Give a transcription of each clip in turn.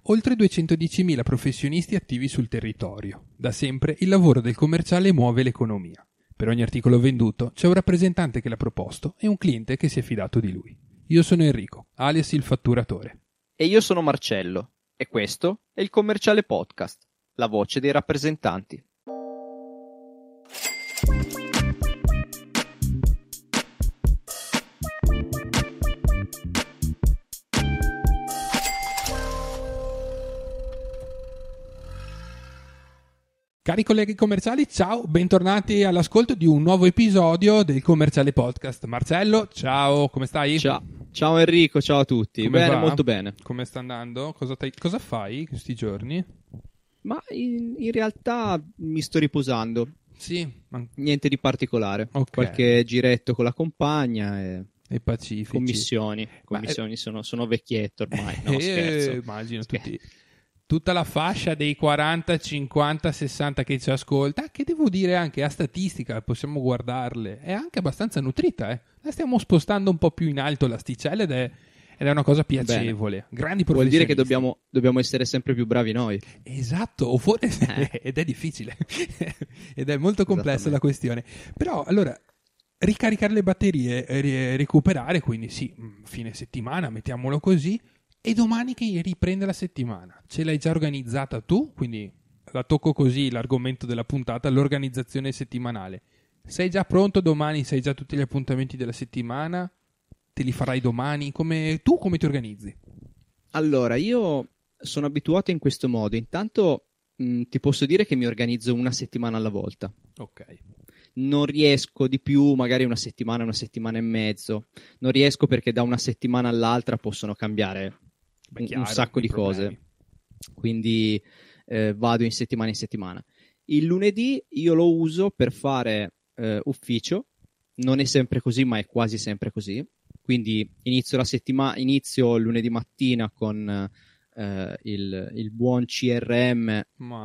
oltre 210.000 professionisti attivi sul territorio. Da sempre il lavoro del commerciale muove l'economia. Per ogni articolo venduto c'è un rappresentante che l'ha proposto e un cliente che si è fidato di lui. Io sono Enrico, alias il fatturatore. E io sono Marcello, e questo è il Commerciale Podcast, la voce dei rappresentanti. Cari colleghi commerciali, ciao, bentornati all'ascolto di un nuovo episodio del Commerciale Podcast. Marcello, ciao, come stai? Ciao Enrico, ciao a tutti. Come bene, va? Molto bene. Come sta andando? Cosa fai questi giorni? Ma in realtà mi sto riposando. Sì. Niente di particolare. Ok. Qualche giretto con la compagna E pacifici. Commissioni sono vecchietto ormai. No, scherzo. Immagino tutta la fascia dei 40, 50, 60 che ci ascolta, che devo dire anche a statistica, possiamo guardarle, è anche abbastanza nutrita. La stiamo spostando un po' più in alto l'asticella ed è una cosa piacevole. Bene. Grandi Vuol professionisti. dire che dobbiamo essere sempre più bravi noi. Esatto, o forse ed è difficile ed è molto complessa la questione. Però allora ricaricare le batterie, recuperare, quindi sì, fine settimana, mettiamolo così. E domani che riprende la settimana, ce l'hai già organizzata tu? Quindi la tocco così l'argomento della puntata, l'organizzazione settimanale. Sei già pronto domani? Sai già tutti gli appuntamenti della settimana? Te li farai domani? Come ti organizzi? Allora, io sono abituato in questo modo. Intanto ti posso dire che mi organizzo una settimana alla volta. Ok. Non riesco di più, magari una settimana e mezzo. Non riesco perché da una settimana all'altra possono cambiare un sacco di cose. Quindi vado in settimana. Il lunedì io lo uso per fare ufficio. Non è sempre così, ma è quasi sempre così. Quindi inizio il lunedì mattina con il buon CRM,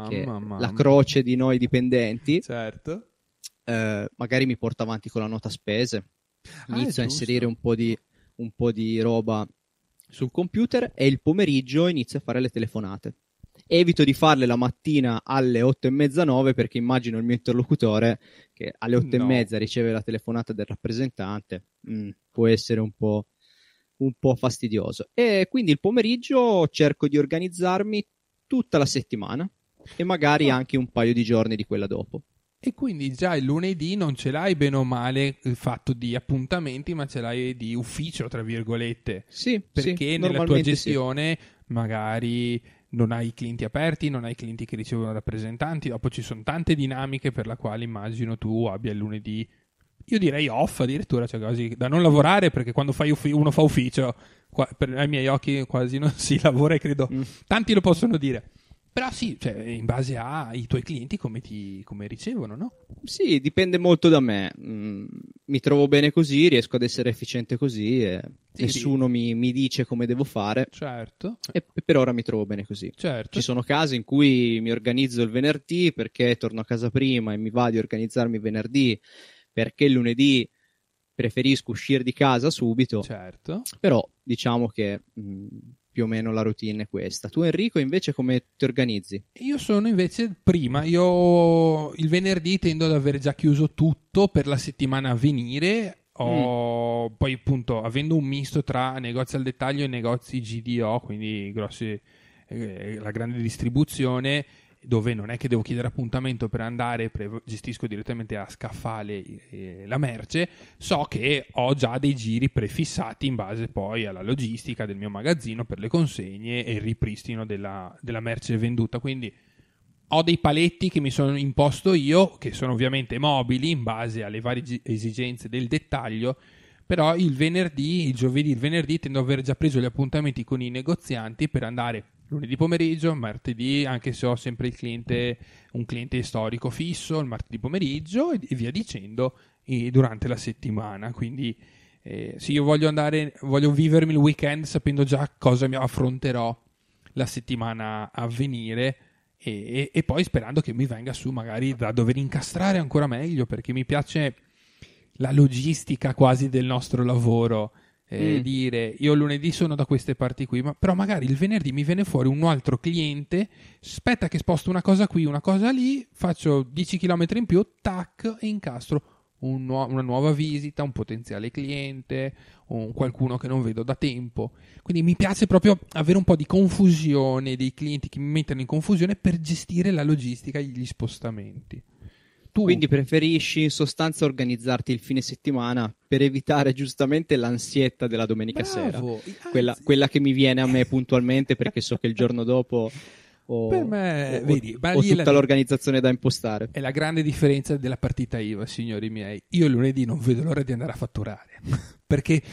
la croce di noi dipendenti. Certo. Magari mi porto avanti con la nota spese, inizio a inserire un po' di roba sul computer e il pomeriggio inizio a fare le telefonate. Evito di farle la mattina alle 8:30, 9, perché immagino il mio interlocutore che alle 8:30 riceve la telefonata del rappresentante. Può essere un po' fastidioso. E quindi il pomeriggio cerco di organizzarmi tutta la settimana e magari anche un paio di giorni di quella dopo. E quindi già il lunedì non ce l'hai bene o male il fatto di appuntamenti, ma ce l'hai di ufficio, tra virgolette. Sì, perché nella tua gestione magari non hai clienti aperti, non hai clienti che ricevono rappresentanti, dopo ci sono tante dinamiche per la quale immagino tu abbia il lunedì, io direi off addirittura, cioè quasi da non lavorare, perché quando uno fa ufficio, ai miei occhi quasi non si lavora e credo tanti lo possono dire. Però sì, cioè, in base ai tuoi clienti come ricevono, no? Sì, dipende molto da me. Mi trovo bene così, riesco ad essere efficiente così e nessuno mi dice come devo fare. Certo. E per ora mi trovo bene così. Certo. Ci sono casi in cui mi organizzo il venerdì perché torno a casa prima e mi va di organizzarmi venerdì perché il lunedì preferisco uscire di casa subito. Certo. Però diciamo che più o meno la routine è questa. Tu Enrico invece come ti organizzi? Io sono invece prima, io il venerdì tendo ad aver già chiuso tutto per la settimana a venire. Poi appunto avendo un misto tra negozi al dettaglio e negozi GDO, quindi grossi, la grande distribuzione, dove non è che devo chiedere appuntamento per andare, gestisco direttamente a scaffale la merce, so che ho già dei giri prefissati in base poi alla logistica del mio magazzino per le consegne e il ripristino della merce venduta, quindi ho dei paletti che mi sono imposto io, che sono ovviamente mobili in base alle varie esigenze del dettaglio, però il giovedì, il venerdì tendo ad aver già preso gli appuntamenti con i negozianti per andare lunedì pomeriggio, martedì, anche se ho sempre un cliente storico fisso, il martedì pomeriggio e via dicendo durante la settimana. Quindi se io voglio vivermi il weekend sapendo già cosa mi affronterò la settimana a venire e poi sperando che mi venga su magari da dover incastrare ancora meglio, perché mi piace la logistica quasi del nostro lavoro. dire io lunedì sono da queste parti qui, però magari il venerdì mi viene fuori un altro cliente, aspetta che sposto una cosa qui, una cosa lì, faccio 10 km in più, tac, e incastro una nuova visita, un potenziale cliente, qualcuno che non vedo da tempo. Quindi mi piace proprio avere un po' di confusione, dei clienti che mi mettono in confusione per gestire la logistica e gli spostamenti. Quindi preferisci in sostanza organizzarti il fine settimana per evitare giustamente l'ansietta della domenica sera, quella che mi viene a me puntualmente perché so che il giorno dopo per me, ho tutta l'organizzazione da impostare. È la grande differenza della partita IVA, signori miei. Io lunedì non vedo l'ora di andare a fatturare perché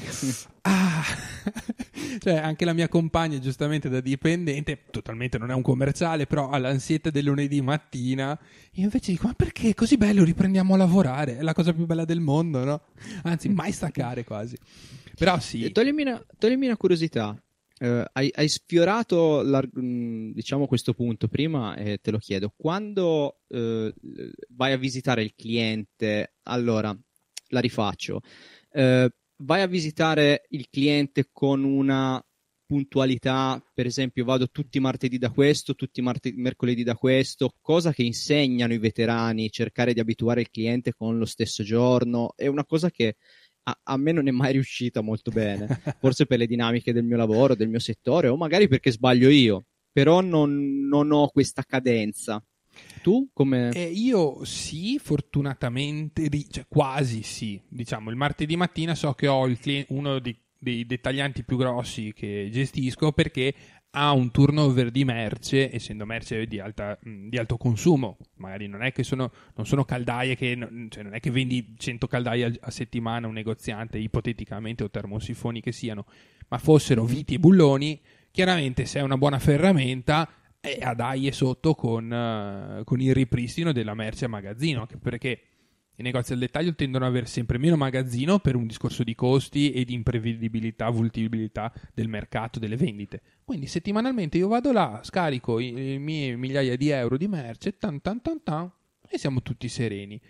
cioè anche la mia compagna, giustamente da dipendente, totalmente non è un commerciale, però ha l'ansietta del lunedì mattina. Io invece dico: ma perché è così bello, riprendiamo a lavorare, è la cosa più bella del mondo, no? Anzi, mai staccare quasi. Però sì. Toglimi una curiosità. Hai sfiorato diciamo questo punto prima e te lo chiedo. Quando vai a visitare il cliente, allora la rifaccio, vai a visitare il cliente con una puntualità, per esempio vado tutti i martedì da questo, tutti i mercoledì da questo, cosa che insegnano i veterani, cercare di abituare il cliente con lo stesso giorno, è una cosa che a me non è mai riuscita molto bene, forse per le dinamiche del mio lavoro, del mio settore, o magari perché sbaglio io, però non ho questa cadenza. Tu come? Io sì, fortunatamente, cioè quasi sì. Diciamo, il martedì mattina so che ho uno dei dettaglianti più grossi che gestisco, perché ha un turnover di merce, essendo merce di alto consumo. Magari non è che non sono caldaie cioè non è che vendi 100 caldaie a settimana un negoziante, ipoteticamente, o termosifoni che siano, ma fossero viti e bulloni. Chiaramente, se è una buona ferramenta, a daie sotto con il ripristino della merce a magazzino, anche perché i negozi al dettaglio tendono ad avere sempre meno magazzino per un discorso di costi e di imprevedibilità, volatilità del mercato, delle vendite. Quindi settimanalmente io vado là, scarico i miei migliaia di euro di merce, e siamo tutti sereni.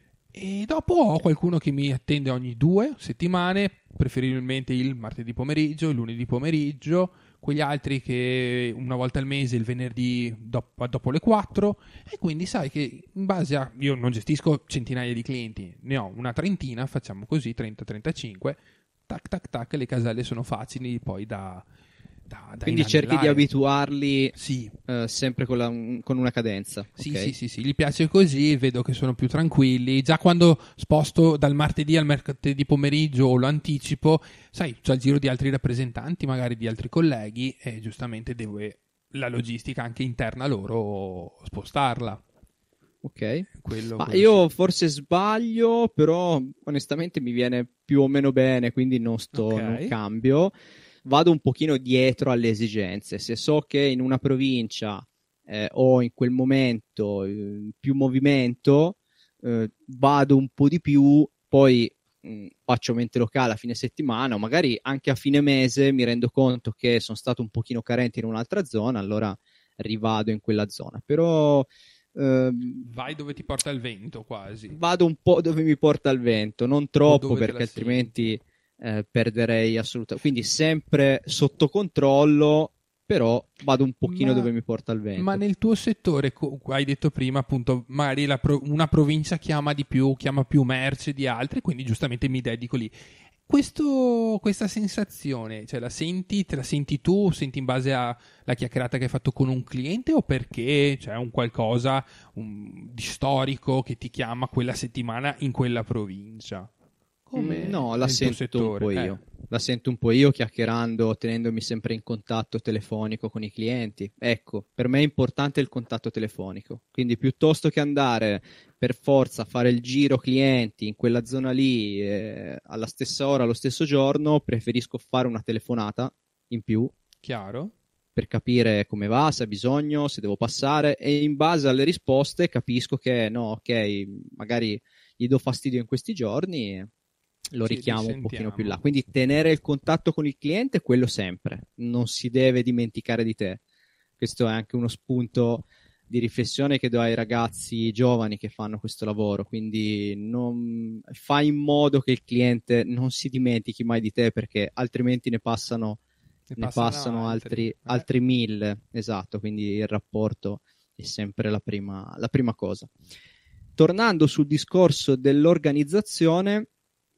E dopo ho qualcuno che mi attende ogni 2 settimane, preferibilmente il martedì pomeriggio, il lunedì pomeriggio, quegli altri che una volta al mese, il venerdì dopo le 4, e quindi sai che in base a... Io non gestisco centinaia di clienti, ne ho una trentina, facciamo così, 30-35, tac tac tac, le caselle sono facili poi da quindi cerchi di abituarli sempre con una cadenza. Sì, okay? sì, gli piace così, vedo che sono più tranquilli. Già quando sposto dal martedì al martedì pomeriggio o lo anticipo, sai, c'ho il giro di altri rappresentanti, magari di altri colleghi, e giustamente devo la logistica anche interna loro spostarla. Ok, io sì. forse sbaglio, però onestamente mi viene più o meno bene, quindi non cambio. Vado un pochino dietro alle esigenze. Se so che in una provincia ho in quel momento più movimento, vado un po' di più, poi faccio mente locale a fine settimana, o magari anche a fine mese mi rendo conto che sono stato un pochino carente in un'altra zona, allora rivado in quella zona. Però vai dove ti porta il vento, quasi. Vado un po' dove mi porta il vento, non troppo, perché altrimenti perderei assolutamente. Quindi sempre sotto controllo, però vado un pochino dove mi porta il vento. Ma nel tuo settore, hai detto prima, appunto, magari una provincia chiama più merce di altre, quindi giustamente mi dedico lì. Questa sensazione, cioè te la senti tu, senti in base alla chiacchierata che hai fatto con un cliente, o perché c'è un qualcosa di storico che ti chiama quella settimana in quella provincia? No, la sento un po' io. La sento un po' io, chiacchierando, tenendomi sempre in contatto telefonico con i clienti. Ecco, per me è importante il contatto telefonico. Quindi piuttosto che andare per forza a fare il giro clienti in quella zona lì alla stessa ora, allo stesso giorno, preferisco fare una telefonata in più. Chiaro? Per capire come va, se ha bisogno, se devo passare, e in base alle risposte capisco che no, ok, magari gli do fastidio in questi giorni, lo richiamo un pochino più là. Quindi tenere il contatto con il cliente, quello sempre, non si deve dimenticare di te. Questo è anche uno spunto riflessione che do ai ragazzi giovani che fanno questo lavoro, quindi fai in modo che il cliente non si dimentichi mai di te, perché altrimenti ne passano altri 1000, esatto, quindi il rapporto è sempre la prima cosa. Tornando sul discorso dell'organizzazione,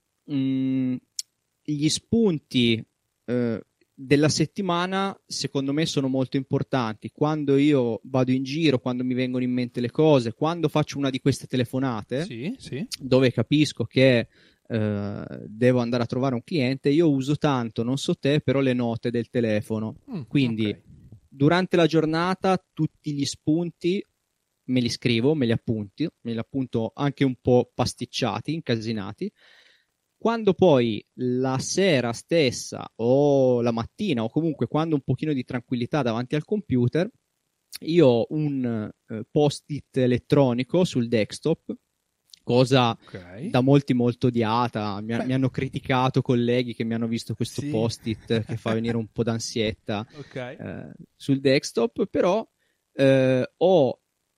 gli spunti della settimana secondo me sono molto importanti. Quando io vado in giro, quando mi vengono in mente le cose, quando faccio una di queste telefonate, sì. dove capisco che devo andare a trovare un cliente, io uso tanto, non so te, però le note del telefono. Quindi okay. Durante la giornata tutti gli spunti me li scrivo, me li appunto anche un po' pasticciati, incasinati. Quando poi la sera stessa o la mattina o comunque quando un pochino di tranquillità davanti al computer, io ho un post-it elettronico sul desktop, cosa da molti molto odiata. Mi hanno criticato colleghi che mi hanno visto questo post-it che fa venire un po' d'ansietta sul desktop, però ho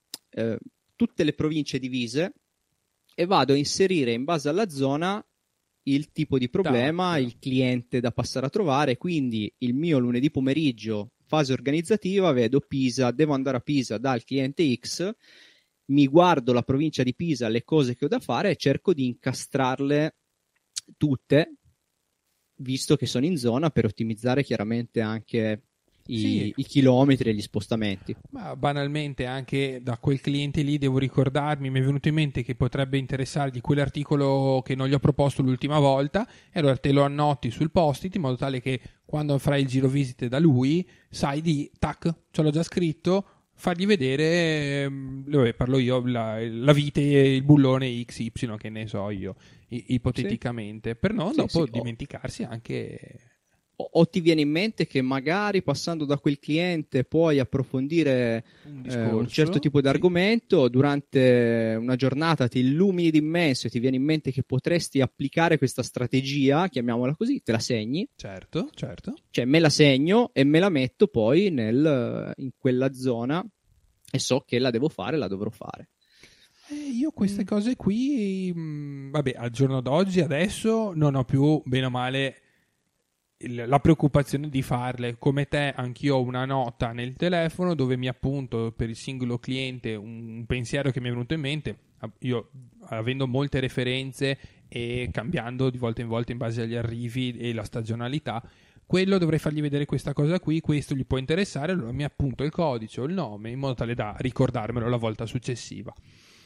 tutte le province divise e vado a inserire in base alla zona il tipo di problema, il cliente da passare a trovare. Quindi il mio lunedì pomeriggio, fase organizzativa, vedo Pisa, devo andare a Pisa dal cliente X, mi guardo la provincia di Pisa, le cose che ho da fare e cerco di incastrarle tutte, visto che sono in zona, per ottimizzare chiaramente anche i chilometri e gli spostamenti. Ma banalmente anche da quel cliente lì devo ricordarmi, mi è venuto in mente che potrebbe interessargli quell'articolo che non gli ho proposto l'ultima volta, e allora te lo annoti sul post-it in modo tale che quando farai il giro visite da lui sai di tac, ce l'ho già scritto, fargli vedere, parlo io, la vite, il bullone XY, che ne so io, ipoteticamente, per non dopo dimenticarsi anche. O ti viene in mente che magari passando da quel cliente puoi approfondire un certo tipo di argomento, durante una giornata ti illumini d'immenso e ti viene in mente che potresti applicare questa strategia, chiamiamola così, te la segni. Certo. Cioè me la segno e me la metto poi in quella zona e so che la devo fare, la dovrò fare. Io queste cose qui, vabbè, al giorno d'oggi adesso non ho più, bene o male, la preoccupazione di farle. Come te, anch'io ho una nota nel telefono dove mi appunto per il singolo cliente un pensiero che mi è venuto in mente. Io, avendo molte referenze e cambiando di volta in volta in base agli arrivi e la stagionalità, quello dovrei fargli vedere questa cosa qui, questo gli può interessare, allora mi appunto il codice o il nome in modo tale da ricordarmelo la volta successiva.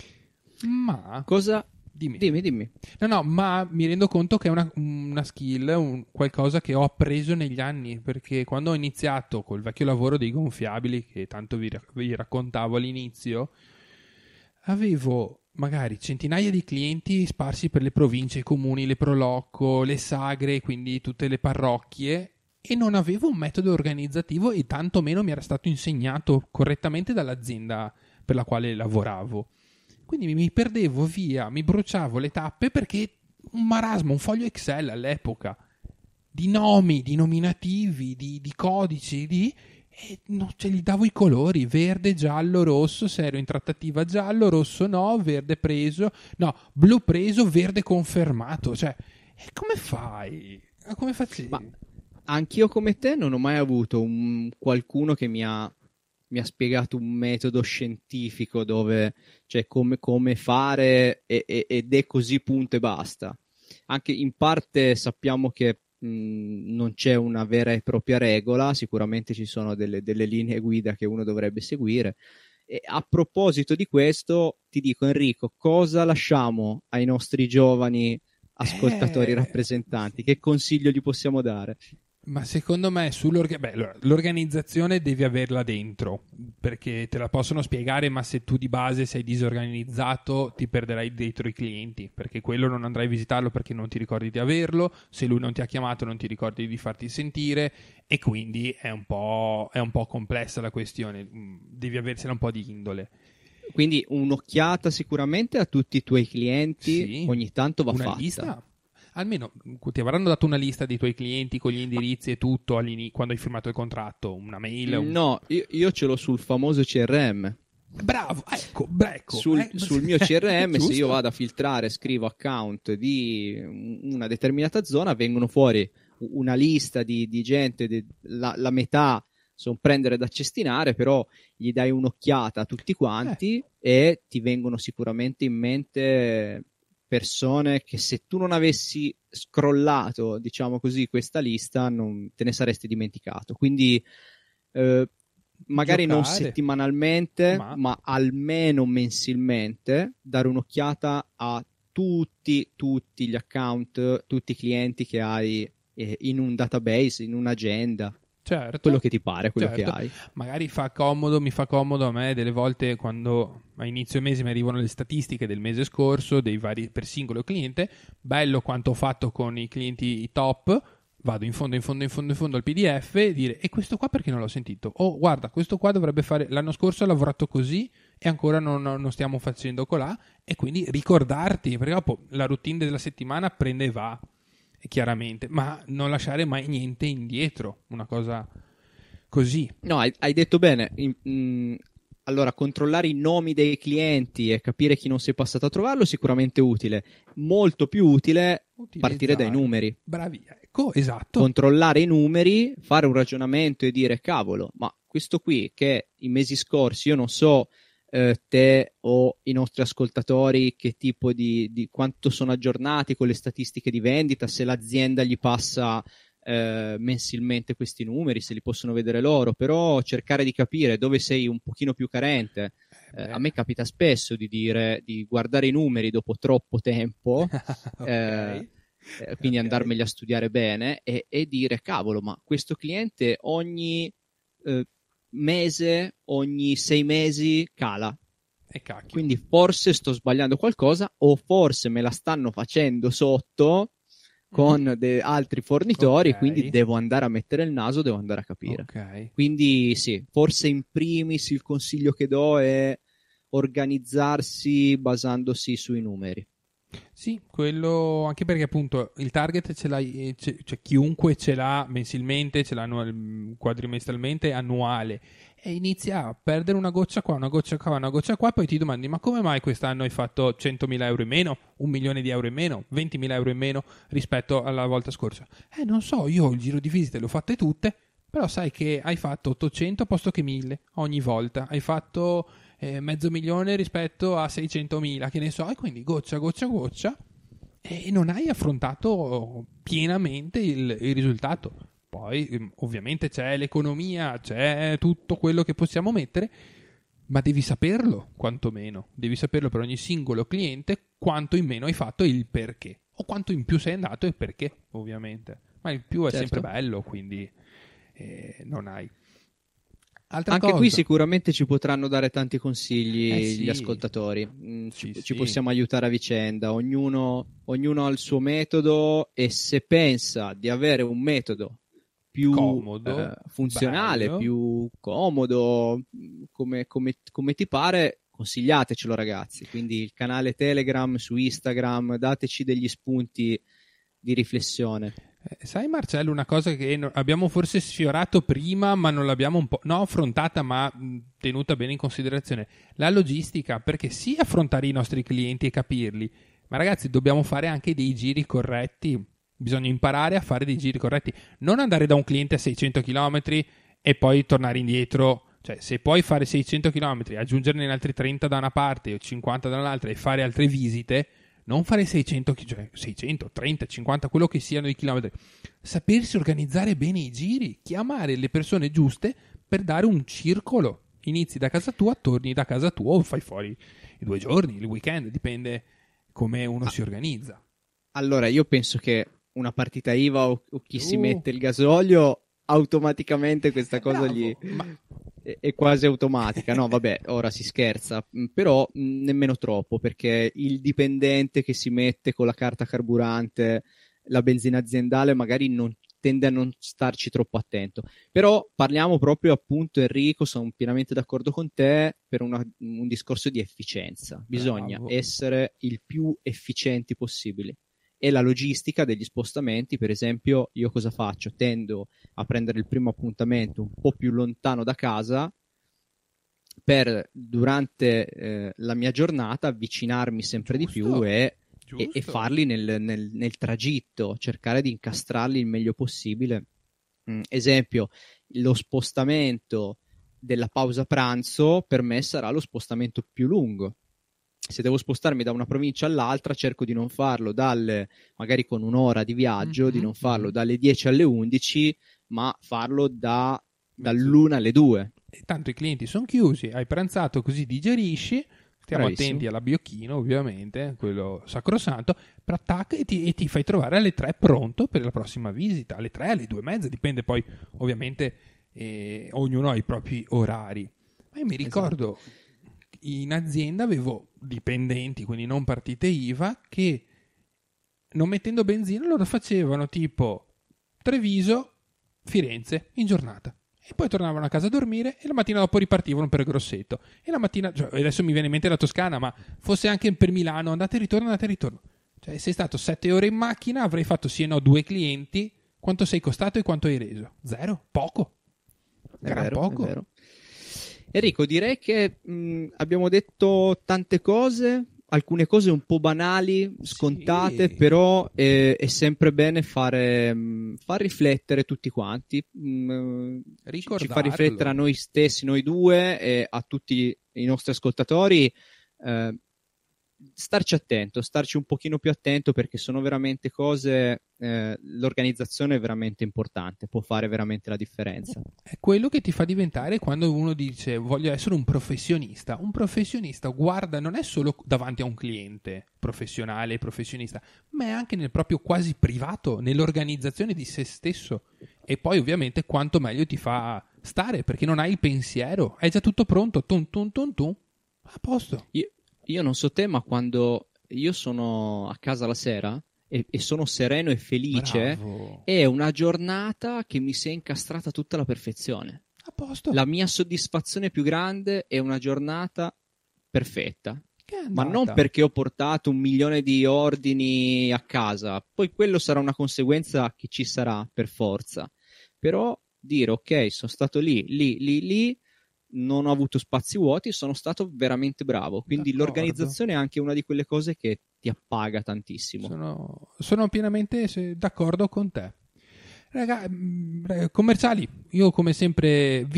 Ma cosa? Dimmi. No, ma mi rendo conto che è una skill, qualcosa che ho appreso negli anni, perché quando ho iniziato col vecchio lavoro dei gonfiabili, che tanto vi raccontavo all'inizio, avevo magari centinaia di clienti sparsi per le province, i comuni, le Prolocco, le sagre, quindi tutte le parrocchie, e non avevo un metodo organizzativo e tantomeno mi era stato insegnato correttamente dall'azienda per la quale lavoravo. Quindi mi perdevo via, mi bruciavo le tappe perché un marasma, un foglio Excel all'epoca, di nomi, di nominativi, di codici, e non ce li davo i colori, verde, giallo, rosso, se ero in trattativa giallo, rosso no, verde preso, no, blu preso, verde confermato, cioè, come fai? Come facevi? Ma anch'io come te non ho mai avuto qualcuno che mi ha spiegato un metodo scientifico dove, cioè, come fare ed è così, punto e basta. Anche in parte sappiamo che non c'è una vera e propria regola, sicuramente ci sono delle linee guida che uno dovrebbe seguire. E a proposito di questo ti dico, Enrico, cosa lasciamo ai nostri giovani ascoltatori rappresentanti? Che consiglio gli possiamo dare? Ma secondo me l'organizzazione devi averla dentro, perché te la possono spiegare, ma se tu di base sei disorganizzato ti perderai dietro i clienti, perché quello non andrai a visitarlo perché non ti ricordi di averlo, se lui non ti ha chiamato non ti ricordi di farti sentire, e quindi è un po' complessa la questione, devi aversela un po' di indole. Quindi un'occhiata sicuramente a tutti i tuoi clienti, sì, ogni tanto va una fatta. Lista. Almeno ti avranno dato una lista dei tuoi clienti con gli indirizzi e tutto quando hai firmato il contratto, una mail? No, io ce l'ho sul famoso CRM. Bravo, ecco. Sul mio CRM, se io vado a filtrare, scrivo account di una determinata zona, vengono fuori una lista di gente, la metà sono prendere da cestinare, però gli dai un'occhiata a tutti quanti e ti vengono sicuramente in mente persone che, se tu non avessi scrollato, diciamo così, questa lista, non te ne saresti dimenticato. Quindi magari non settimanalmente, ma almeno mensilmente, dare un'occhiata a tutti gli account, tutti i clienti che hai in un database, in un'agenda. Certo, quello che ti pare, quello che hai. Magari mi fa comodo a me delle volte, quando a inizio mese mi arrivano le statistiche del mese scorso, dei vari per singolo cliente, bello quanto ho fatto con i clienti top, vado in fondo al PDF e dire: e questo qua perché non l'ho sentito? Oh, guarda, questo qua dovrebbe fare, l'anno scorso ha lavorato così e ancora non stiamo facendo colà, e quindi ricordarti, perché dopo la routine della settimana prende e va, chiaramente, ma non lasciare mai niente indietro, una cosa così. No, hai detto bene. Allora, controllare i nomi dei clienti e capire chi non sei passato a trovarlo, sicuramente utile. Molto più utile partire dai numeri. Bravi, ecco, esatto. Controllare i numeri, fare un ragionamento e dire: cavolo, ma questo qui che i mesi scorsi, io non so te o i nostri ascoltatori che tipo di quanto sono aggiornati con le statistiche di vendita, se l'azienda gli passa mensilmente questi numeri, se li possono vedere loro, però cercare di capire dove sei un pochino più carente. A me capita spesso di guardare i numeri dopo troppo tempo, quindi andarmeli a studiare bene e dire: cavolo, ma questo cliente ogni mese, ogni 6 mesi cala. Quindi forse sto sbagliando qualcosa, o forse me la stanno facendo sotto con altri fornitori, quindi devo andare a mettere il naso, devo andare a capire. Quindi sì, forse in primis il consiglio che do è organizzarsi basandosi sui numeri. Sì, quello anche perché appunto il target ce l'hai, cioè chiunque ce l'ha mensilmente, ce l'ha quadrimestralmente, annuale, e inizia a perdere una goccia qua, una goccia qua, una goccia qua, poi ti domandi: ma come mai quest'anno hai fatto 100.000 euro in meno, 1.000.000 di euro in meno, 20.000 euro in meno rispetto alla volta scorsa? Non so, io il giro di visite le ho fatte tutte, però sai che hai fatto 800 a posto che 1.000 ogni volta, hai fatto 500.000 rispetto a 600.000, che ne so, e quindi goccia e non hai affrontato pienamente il risultato. Poi ovviamente c'è l'economia, c'è tutto quello che possiamo mettere, ma devi saperlo, quantomeno devi saperlo per ogni singolo cliente, quanto in meno hai fatto e il perché, o quanto in più sei andato e perché, ovviamente. Ma il più è sempre bello, quindi non hai. Anche qui sicuramente ci potranno dare tanti consigli gli ascoltatori. Ci possiamo aiutare a vicenda. Ognuno ha il suo metodo, e se pensa di avere un metodo più comodo, funzionale, bello, più comodo, come ti pare, consigliatecelo, ragazzi. Quindi il canale Telegram, su Instagram, dateci degli spunti di riflessione. Sai, Marcello, una cosa che abbiamo forse sfiorato prima, ma non l'abbiamo un po' affrontata, ma tenuta bene in considerazione: la logistica, perché sì, affrontare i nostri clienti e capirli, ma ragazzi, dobbiamo fare anche dei giri corretti. Bisogna imparare a fare dei giri corretti, non andare da un cliente a 600 km e poi tornare indietro. Cioè, se puoi fare 600 km, aggiungerne altri 30 da una parte o 50 dall'altra e fare altre visite, non fare 600, cioè 600, 30, 50, quello che siano i chilometri. Sapersi organizzare bene i giri, chiamare le persone giuste per dare un circolo. Inizi da casa tua, torni da casa tua o fai fuori i 2 giorni, il weekend, dipende come uno si organizza. Allora, io penso che una partita IVA o chi si mette il gasolio, automaticamente questa cosa è quasi automatica. No, vabbè, ora si scherza, però nemmeno troppo, perché il dipendente che si mette con la carta carburante la benzina aziendale magari tende a non starci troppo attento. Però parliamo proprio, appunto, Enrico, sono pienamente d'accordo con te, per un discorso di efficienza. Bisogna essere il più efficienti possibili. E la logistica degli spostamenti, per esempio, io cosa faccio? Tendo a prendere il primo appuntamento un po' più lontano da casa, per durante la mia giornata avvicinarmi sempre di più e farli nel tragitto, cercare di incastrarli il meglio possibile. Esempio, lo spostamento della pausa pranzo per me sarà lo spostamento più lungo. Se devo spostarmi da una provincia all'altra, cerco di non farlo magari con un'ora di viaggio, di non farlo dalle 10 alle 11, ma farlo dall'1 alle 2. E tanto i clienti sono chiusi, hai pranzato, così digerisci. Stiamo attenti all'abbiocchino, ovviamente, quello sacrosanto, e ti fai trovare alle 3 pronto per la prossima visita, alle 3, alle 2:30, dipende poi, ovviamente, ognuno ha i propri orari. Ma io mi ricordo, in azienda avevo dipendenti, quindi non partite IVA, che non mettendo benzina loro facevano tipo Treviso, Firenze, in giornata. E poi tornavano a casa a dormire e la mattina dopo ripartivano per Grosseto. E la mattina, adesso mi viene in mente la Toscana, ma fosse anche per Milano, andate e ritorno. Cioè, sei stato 7 ore in macchina, avrei fatto sì e no 2 clienti. Quanto sei costato e quanto hai reso? 0? Poco. Poco. È vero. Enrico, direi che abbiamo detto tante cose, alcune cose un po' banali, scontate, però è sempre bene far riflettere tutti quanti, ci fa riflettere a noi stessi, noi due, e a tutti i nostri ascoltatori, starci un pochino più attento, perché sono veramente cose, l'organizzazione è veramente importante, può fare veramente la differenza. È quello che ti fa diventare, quando uno dice voglio essere un professionista guarda, non è solo davanti a un cliente professionale e professionista, ma è anche nel proprio quasi privato, nell'organizzazione di se stesso, e poi ovviamente quanto meglio ti fa stare, perché non hai il pensiero, è già tutto pronto, a posto. Io non so te, ma quando io sono a casa la sera e sono sereno e felice, bravo, è una giornata che mi si è incastrata tutta alla perfezione. A posto. La mia soddisfazione più grande è una giornata perfetta. Ma non perché ho portato 1 milione di ordini a casa, poi quello sarà una conseguenza che ci sarà per forza. Però dire ok, sono stato lì, non ho avuto spazi vuoti, sono stato veramente bravo. Quindi l'organizzazione è anche una di quelle cose che ti appaga tantissimo. Sono pienamente d'accordo con te. Commerciali, io come sempre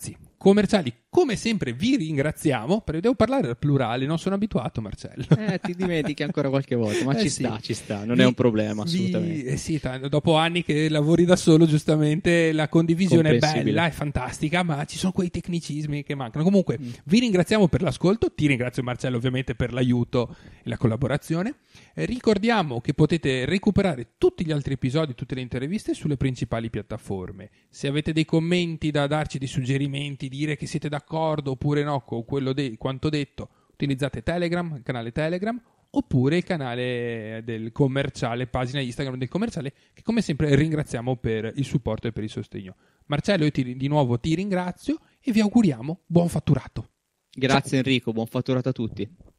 come sempre vi ringraziamo, perché devo parlare al plurale, non sono abituato, Marcello. Ti dimentichi ancora qualche volta, ma ci sta, non è un problema assolutamente. Dopo anni che lavori da solo, giustamente la condivisione è bella, è fantastica, ma ci sono quei tecnicismi che mancano. Comunque vi ringraziamo per l'ascolto, ti ringrazio Marcello ovviamente per l'aiuto e la collaborazione. Ricordiamo che potete recuperare tutti gli altri episodi, tutte le interviste sulle principali piattaforme. Se avete dei commenti da darci, dei suggerimenti, dire che siete d'accordo oppure no con quanto detto, utilizzate Telegram, il canale Telegram, oppure il canale del commerciale, pagina Instagram del commerciale, che come sempre ringraziamo per il supporto e per il sostegno. Marcello, io di nuovo ti ringrazio e vi auguriamo buon fatturato. Grazie. Ciao. Enrico, buon fatturato a tutti.